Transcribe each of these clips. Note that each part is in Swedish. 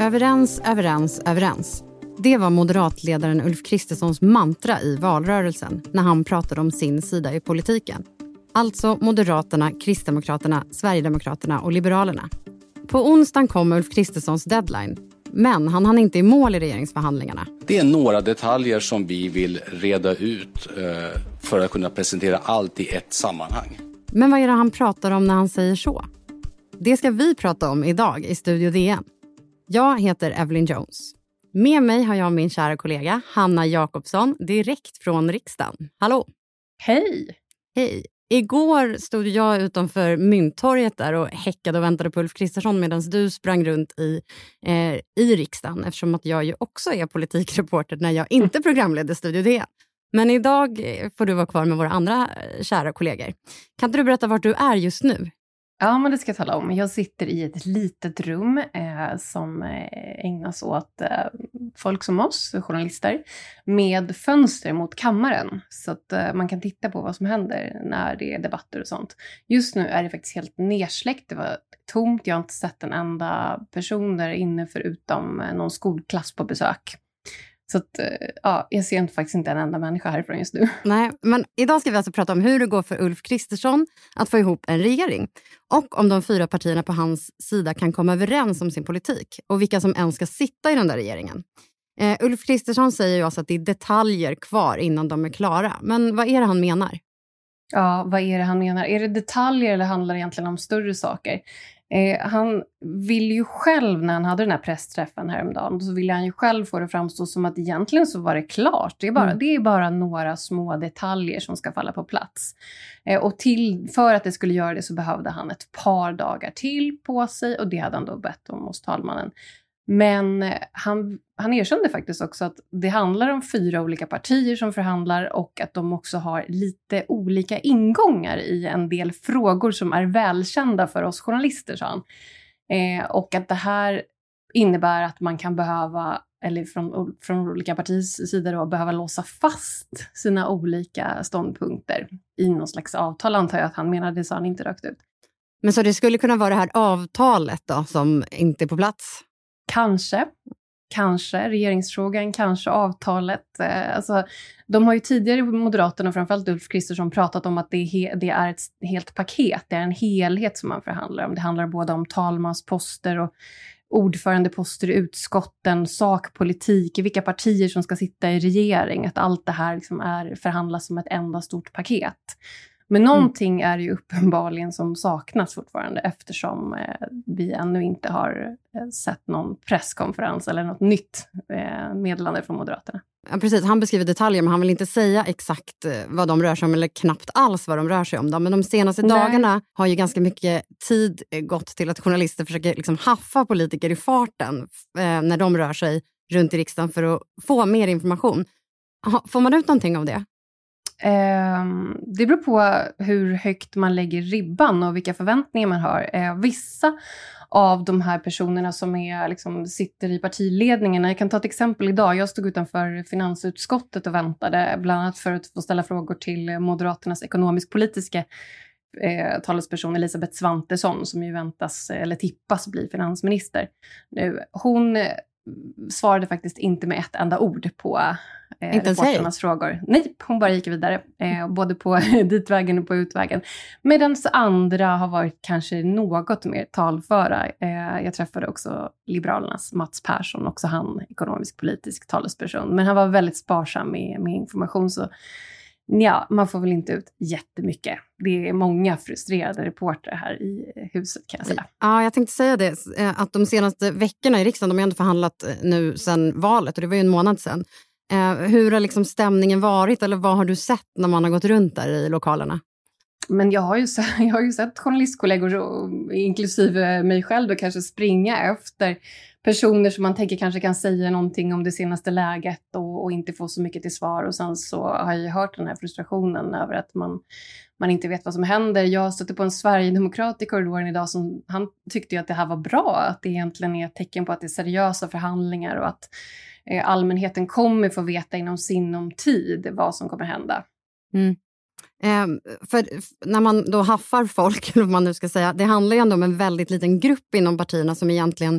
Överens, överens, överens. Det var moderatledaren Ulf Kristerssons mantra i valrörelsen när han pratade om sin sida i politiken. Alltså Moderaterna, Kristdemokraterna, Sverigedemokraterna och Liberalerna. På onsdagen kom Ulf Kristerssons deadline, men han hann inte i mål i regeringsförhandlingarna. Det är några detaljer som vi vill reda ut för att kunna presentera allt i ett sammanhang. Men vad är det han pratar om när han säger så? Det ska vi prata om idag i Studio DN. Jag heter Evelyn Jones. Med mig har jag min kära kollega Hanna Jakobsson direkt från riksdagen. Hallå! Hej! Hej! Igår stod jag utanför Mynttorget där och häckade och väntade på Ulf Kristersson medan du sprang runt i riksdagen. Eftersom att jag ju också är politikreporter när jag inte programledde Studio DN. Men idag får du vara kvar med våra andra kära kollegor. Kan inte du berätta vart du är just nu? Ja, men det ska jag tala om. Jag sitter i ett litet rum som ägnas åt folk som oss, journalister, med fönster mot kammaren. Så att man kan titta på vad som händer när det är debatter och sånt. Just nu är det faktiskt helt nersläckt. Det var tomt. Jag har inte sett en enda person där inne förutom någon skolklass på besök. Så att, ja, jag ser faktiskt inte en enda människa härifrån just nu. Nej, men idag ska vi alltså prata om hur det går för Ulf Kristersson att få ihop en regering. Och om de 4 partierna på hans sida kan komma överens om sin politik. Och vilka som än ska sitta i den där regeringen. Ulf Kristersson säger ju alltså att det är detaljer kvar innan de är klara. Men vad är det han menar? Ja, vad är det han menar? Är det detaljer eller handlar det egentligen om större saker? Han vill ju själv, när han hade den här pressträffen häromdagen, så ville han ju själv få det framstå som att egentligen så var det klart. Det är bara några små detaljer som ska falla på plats. Och för att det skulle göra det så behövde han ett par dagar till på sig, och det hade han då bett om hos talmannen. Men han erkände faktiskt också att det handlar om 4 olika partier som förhandlar och att de också har lite olika ingångar i en del frågor som är välkända för oss journalister, sa han. Och att det här innebär att man kan behöva, eller från olika partiers sida då, behöva låsa fast sina olika ståndpunkter i någon slags avtal, antar jag att han menade. Det sa han inte rakt ut. Men så det skulle kunna vara det här avtalet då som inte är på plats? Kanske regeringsfrågan, kanske avtalet. Alltså, de har ju tidigare, Moderaterna, framförallt Ulf Kristersson, pratat om att det är ett helt paket. Det är en helhet som man förhandlar om. Det handlar både om talmansposter och ordförandeposter i utskotten, sakpolitik, vilka partier som ska sitta i regering. Att allt det här liksom förhandlas som ett enda stort paket. Men någonting är ju uppenbarligen som saknas fortfarande, eftersom vi ännu inte har sett någon presskonferens eller något nytt meddelande från Moderaterna. Ja, precis. Han beskriver detaljer, men han vill inte säga exakt vad de rör sig om, eller knappt alls vad de rör sig om. Men de senaste dagarna har ju ganska mycket tid gått till att journalister försöker liksom haffa politiker i farten när de rör sig runt i riksdagen för att få mer information. Får man ut någonting av det? Det beror på hur högt man lägger ribban och vilka förväntningar man har. Vissa av de här personerna som sitter i partiledningen. Jag kan ta ett exempel idag. Jag stod utanför finansutskottet och väntade, bland annat för att få ställa frågor till Moderaternas ekonomisk-politiska talesperson Elisabeth Svantesson, som ju tippas bli finansminister nu. Hon svarade faktiskt inte med ett enda ord på reporternas frågor. Nej, hon bara gick vidare. Både på ditvägen och på utvägen. Medan andra har varit kanske något mer talföra. Jag träffade också Liberalernas Mats Persson, också han ekonomisk-politisk talesperson. Men han var väldigt sparsam med information, så ja, man får väl inte ut jättemycket. Det är många frustrerade reporter här i huset, kan jag säga. Ja, jag tänkte säga det. Att de senaste veckorna i riksdagen, de har ändå förhandlat nu sedan valet. Och det var ju en månad sedan. Hur har stämningen varit? Eller vad har du sett när man har gått runt där i lokalerna? Men jag har ju sett journalistkollegor, inklusive mig själv, då kanske springa efter personer som man tänker kanske kan säga någonting om det senaste läget och inte få så mycket till svar. Och sen så har jag hört den här frustrationen över att man inte vet vad som händer. Jag stötte på en Sverigedemokrat i korridoren idag som han tyckte ju att det här var bra. Att det egentligen är ett tecken på att det är seriösa förhandlingar och att allmänheten kommer få veta inom sinom tid vad som kommer hända. Mm. För när man då haffar folk, eller vad man nu ska säga, det handlar ju ändå om en väldigt liten grupp inom partierna som egentligen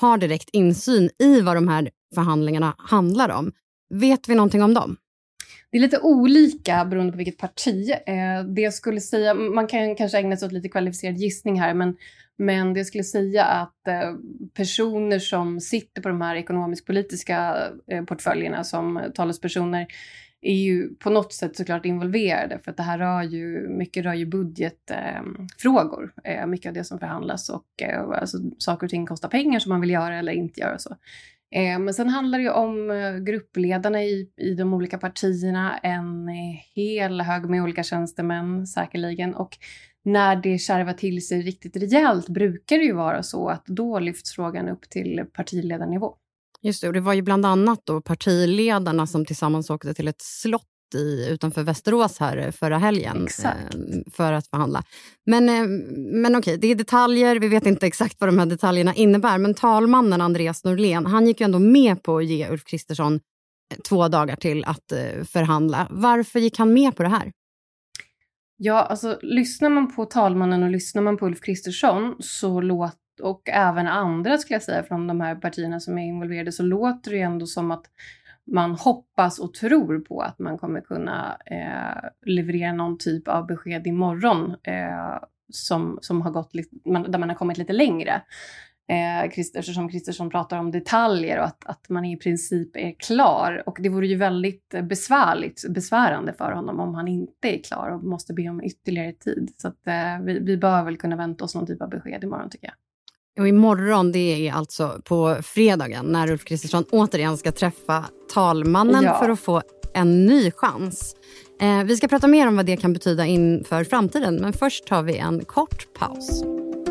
har direkt insyn i vad de här förhandlingarna handlar om. Vet vi någonting om dem? Det är lite olika beroende på vilket parti. Det jag skulle säga, man kan kanske ägna sig åt lite kvalificerad gissning här, men det jag skulle säga att personer som sitter på de här ekonomisk-politiska portföljerna som talespersoner är ju på något sätt såklart involverade, för att det här rör ju budgetfrågor, mycket av det som förhandlas, och alltså, saker och ting kostar pengar som man vill göra eller inte göra så. Men sen handlar det ju om gruppledarna i de olika partierna, en hel hög med olika tjänstemän säkerligen, och när det kärvar till sig riktigt rejält brukar det ju vara så att då lyfts frågan upp till partiledarnivå. Just det, och det var ju bland annat då partiledarna som tillsammans åkte till ett slott utanför Västerås här förra helgen. Exakt. För att förhandla. Men okej, det är detaljer, vi vet inte exakt vad de här detaljerna innebär, men talmannen Andreas Norlén, han gick ju ändå med på att ge Ulf Kristersson 2 dagar till att förhandla. Varför gick han med på det här? Ja, alltså lyssnar man på talmannen och lyssnar man på Ulf Kristersson och även andra skulle jag säga från de här partierna som är involverade, så låter det ändå som att man hoppas och tror på att man kommer kunna leverera någon typ av besked imorgon som har gått där man har kommit lite längre. Eftersom Kristersson pratar om detaljer och att man i princip är klar. Och det vore ju väldigt besvärande för honom om han inte är klar och måste be om ytterligare tid. Så att, vi bör väl kunna vänta oss någon typ av besked imorgon, tycker jag. Och imorgon, det är alltså på fredagen när Ulf Kristersson återigen ska träffa talmannen för att få en ny chans. Vi ska prata mer om vad det kan betyda inför framtiden, men först tar vi en kort paus.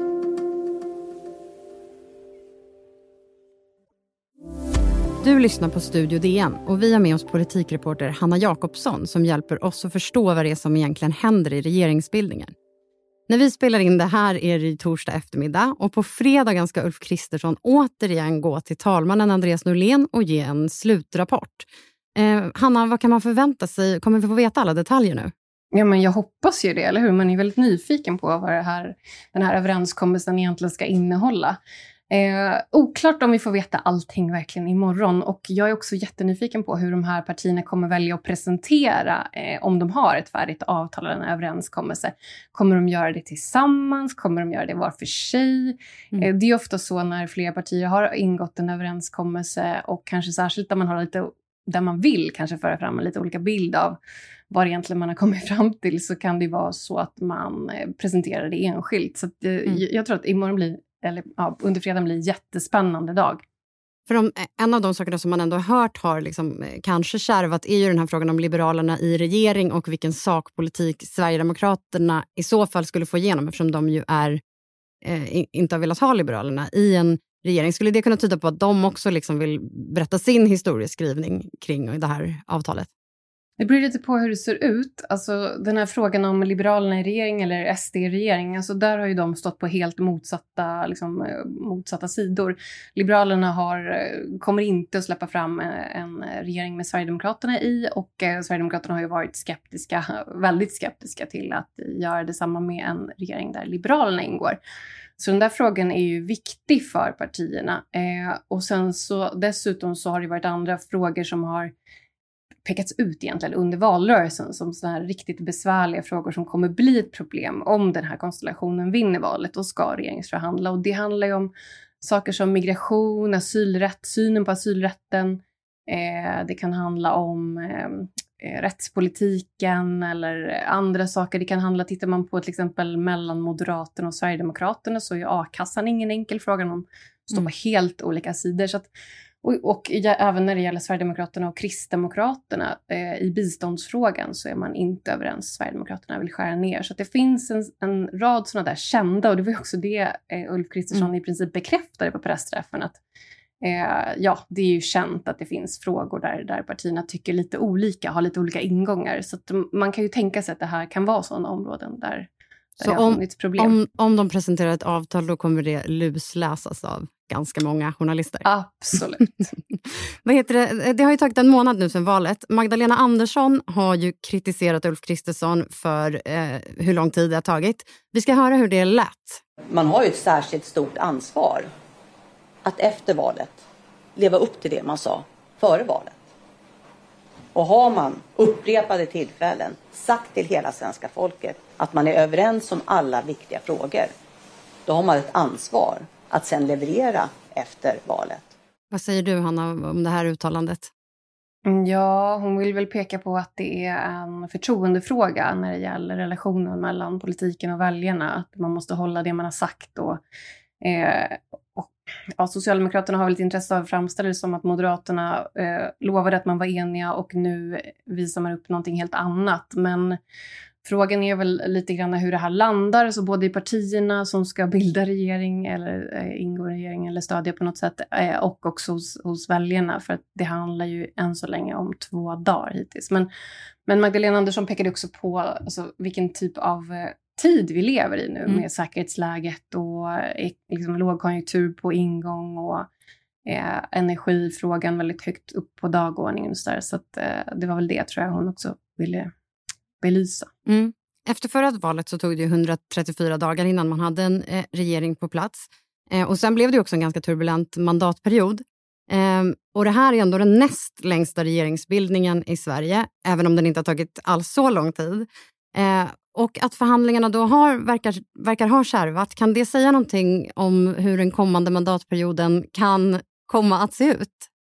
Du lyssnar på Studio DN och vi har med oss politikreporter Hanna Jakobsson som hjälper oss att förstå vad det är som egentligen händer i regeringsbildningen. När vi spelar in det här är det torsdag eftermiddag och på fredagen ska Ulf Kristersson återigen gå till talmannen Andreas Norlén och ge en slutrapport. Hanna, vad kan man förvänta sig? Kommer vi få veta alla detaljer nu? Ja, men jag hoppas ju det, eller hur? Man är väldigt nyfiken på vad den här överenskommelsen egentligen ska innehålla. Oklart om vi får veta allting verkligen imorgon, och jag är också jättenyfiken på hur de här partierna kommer välja att presentera om de har ett färdigt avtal eller en överenskommelse. Kommer de göra det tillsammans? Kommer de göra det var för sig? Det är ofta så när flera partier har ingått en överenskommelse, och kanske särskilt där man vill kanske föra fram en lite olika bild av vad egentligen man har kommit fram till, så kan det vara så att man presenterar det enskilt. Så att, jag tror att imorgon under fredagen blir en jättespännande dag. För en av de sakerna som man ändå har hört har liksom, kanske kärvat är ju den här frågan om Liberalerna i regering och vilken sakpolitik Sverigedemokraterna i så fall skulle få igenom, eftersom de ju inte har velat ha Liberalerna i en regering. Skulle det kunna tyda på att de också liksom vill berätta sin historieskrivning kring det här avtalet? Det beror lite på hur det ser ut. Alltså den här frågan om Liberalerna i regering eller SD i regering, alltså där har ju de stått på helt motsatta sidor. Liberalerna kommer inte att släppa fram en regering med Sverigedemokraterna i, och Sverigedemokraterna har ju varit väldigt skeptiska till att göra detsamma med en regering där Liberalerna ingår. Så den där frågan är ju viktig för partierna. Och sen så dessutom så har det varit andra frågor som har pekats ut egentligen under valrörelsen som sådana här riktigt besvärliga frågor som kommer bli ett problem om den här konstellationen vinner valet och ska regeringsförhandla. Och det handlar ju om saker som migration, asylrätt, synen på asylrätten. Det kan handla om rättspolitiken eller andra saker. Det kan handla, tittar man på till exempel mellan Moderaterna och Sverigedemokraterna, så är a-kassan ingen enkel fråga. De står på helt olika sidor. Så att, och även när det gäller Sverigedemokraterna och Kristdemokraterna i biståndsfrågan så är man inte överens. Sverigedemokraterna vill skära ner. Så att det finns en rad sådana där kända, och det var också det Ulf Kristersson i princip bekräftade på pressträffen, att det är ju känt att det finns frågor där partierna tycker lite olika, har lite olika ingångar. Så att man kan ju tänka sig att det här kan vara sådana områden där det har funnits problem. Om de presenterar ett avtal, då kommer det lusläsas av ganska många journalister. Absolut. Vad heter det? Det har ju tagit en månad nu sedan valet. Magdalena Andersson har ju kritiserat Ulf Kristersson för hur lång tid det har tagit. Vi ska höra hur det lät. Man har ju ett särskilt stort ansvar att efter valet leva upp till det man sa före valet. Och har man upprepade tillfällen sagt till hela svenska folket att man är överens om alla viktiga frågor, då har man ett ansvar att sen leverera efter valet. Vad säger du, Hanna, om det här uttalandet? Ja, hon vill väl peka på att det är en förtroendefråga när det gäller relationen mellan politiken och väljarna. Att man måste hålla det man har sagt. Socialdemokraterna har väl ett intresse av att framställa det som att Moderaterna lovade att man var eniga och nu visar man upp någonting helt annat. Men frågan är väl lite grann hur det här landar, så både i partierna som ska bilda regering eller ingå i regering eller stödja på något sätt, och också hos väljarna, för att det handlar ju än så länge om 2 dagar hittills. Men Magdalena Andersson pekade också på vilken typ av tid vi lever i nu med säkerhetsläget och liksom lågkonjunktur på ingång och energifrågan väldigt högt upp på dagordningen. Så att, det var väl det, tror jag, hon också ville belysa. Efter förra valet så tog det 134 dagar innan man hade en regering på plats. Och sen blev det också en ganska turbulent mandatperiod. Och det här är ändå den näst längsta regeringsbildningen i Sverige, även om den inte har tagit alls så lång tid. Och att förhandlingarna då verkar ha kärvat, kan det säga någonting om hur den kommande mandatperioden kan komma att se ut?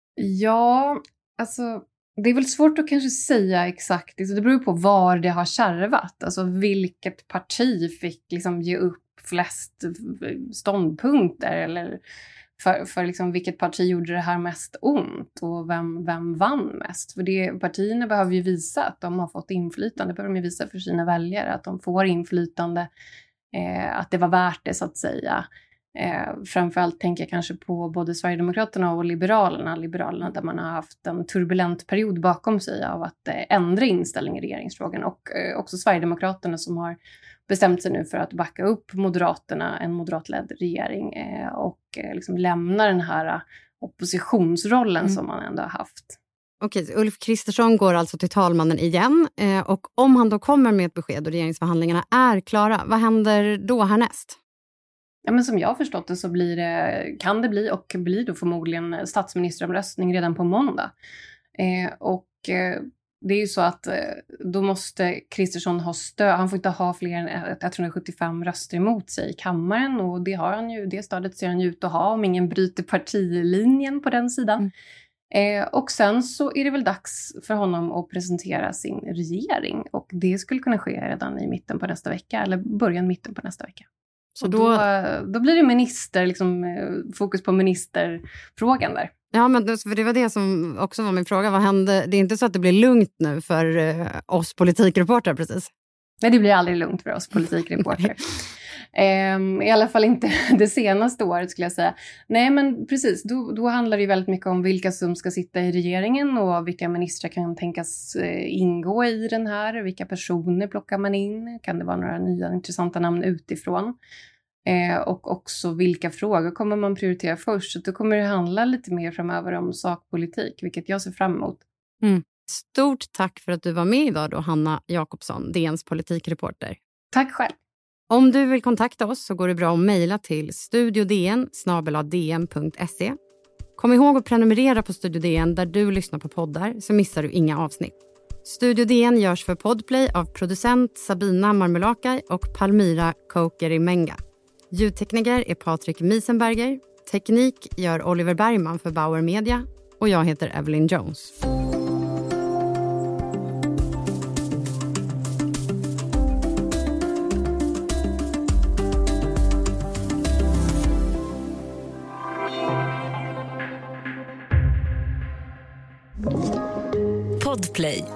Ja, alltså det är väl svårt att kanske säga exakt. Det beror på var det har kärvat. Alltså vilket parti fick liksom ge upp flest ståndpunkter, eller för liksom vilket parti gjorde det här mest ont och vem vann mest. För partierna behöver ju visa att de har fått inflytande. Det behöver de ju visa för sina väljare, att de får inflytande, att det var värt det, så att säga. Framförallt tänker jag kanske på både Sverigedemokraterna och Liberalerna där man har haft en turbulent period bakom sig av att ändra inställning i regeringsfrågan, och också Sverigedemokraterna som har bestämt sig nu för att backa upp Moderaterna, en moderatledd regering, och liksom lämna den här oppositionsrollen som man ändå har haft. Okej, Ulf Kristersson går alltså till talmannen igen, och om han då kommer med ett besked och regeringsförhandlingarna är klara, vad händer då härnäst? Ja, men som jag har förstått det så kan det bli då förmodligen statsministeromröstning redan på måndag. Det är ju så att då måste Kristersson ha stöd. Han får inte ha fler än 175 röster emot sig i kammaren, och det har han ju, det stödet ser han ju ut att ha om ingen bryter partilinjen på den sidan. Och sen så är det väl dags för honom att presentera sin regering, och det skulle kunna ske redan i mitten på nästa vecka, eller mitten på nästa vecka. Så då blir det fokus på ministerfrågan där. Ja, men för det var det som också var min fråga. Vad hände? Det är inte så att det blir lugnt nu för oss politikreportrar precis? Nej, det blir aldrig lugnt för oss politikreportrar. I alla fall inte det senaste året, skulle jag säga. Nej, men precis. Då handlar det väldigt mycket om vilka som ska sitta i regeringen och vilka ministrar kan tänkas ingå i den här. Vilka personer plockar man in? Kan det vara några nya intressanta namn utifrån? Och också vilka frågor kommer man prioritera först? Så då kommer det handla lite mer framöver om sakpolitik, vilket jag ser fram emot. Stort tack för att du var med idag då, Hanna Jakobsson, DNs politikreporter. Tack själv. Om du vill kontakta oss så går det bra att mejla till studiodn@dn.se. Kom ihåg att prenumerera på Studio DN där du lyssnar på poddar, så missar du inga avsnitt. Studio DN görs för Podplay av producent Sabina Marmelakai och Palmira Kokeri-Menga. Ljudtekniker är Patrik Miesenberger. Teknik gör Oliver Bergman för Bauer Media. Och jag heter Evelyn Jones. Podplay.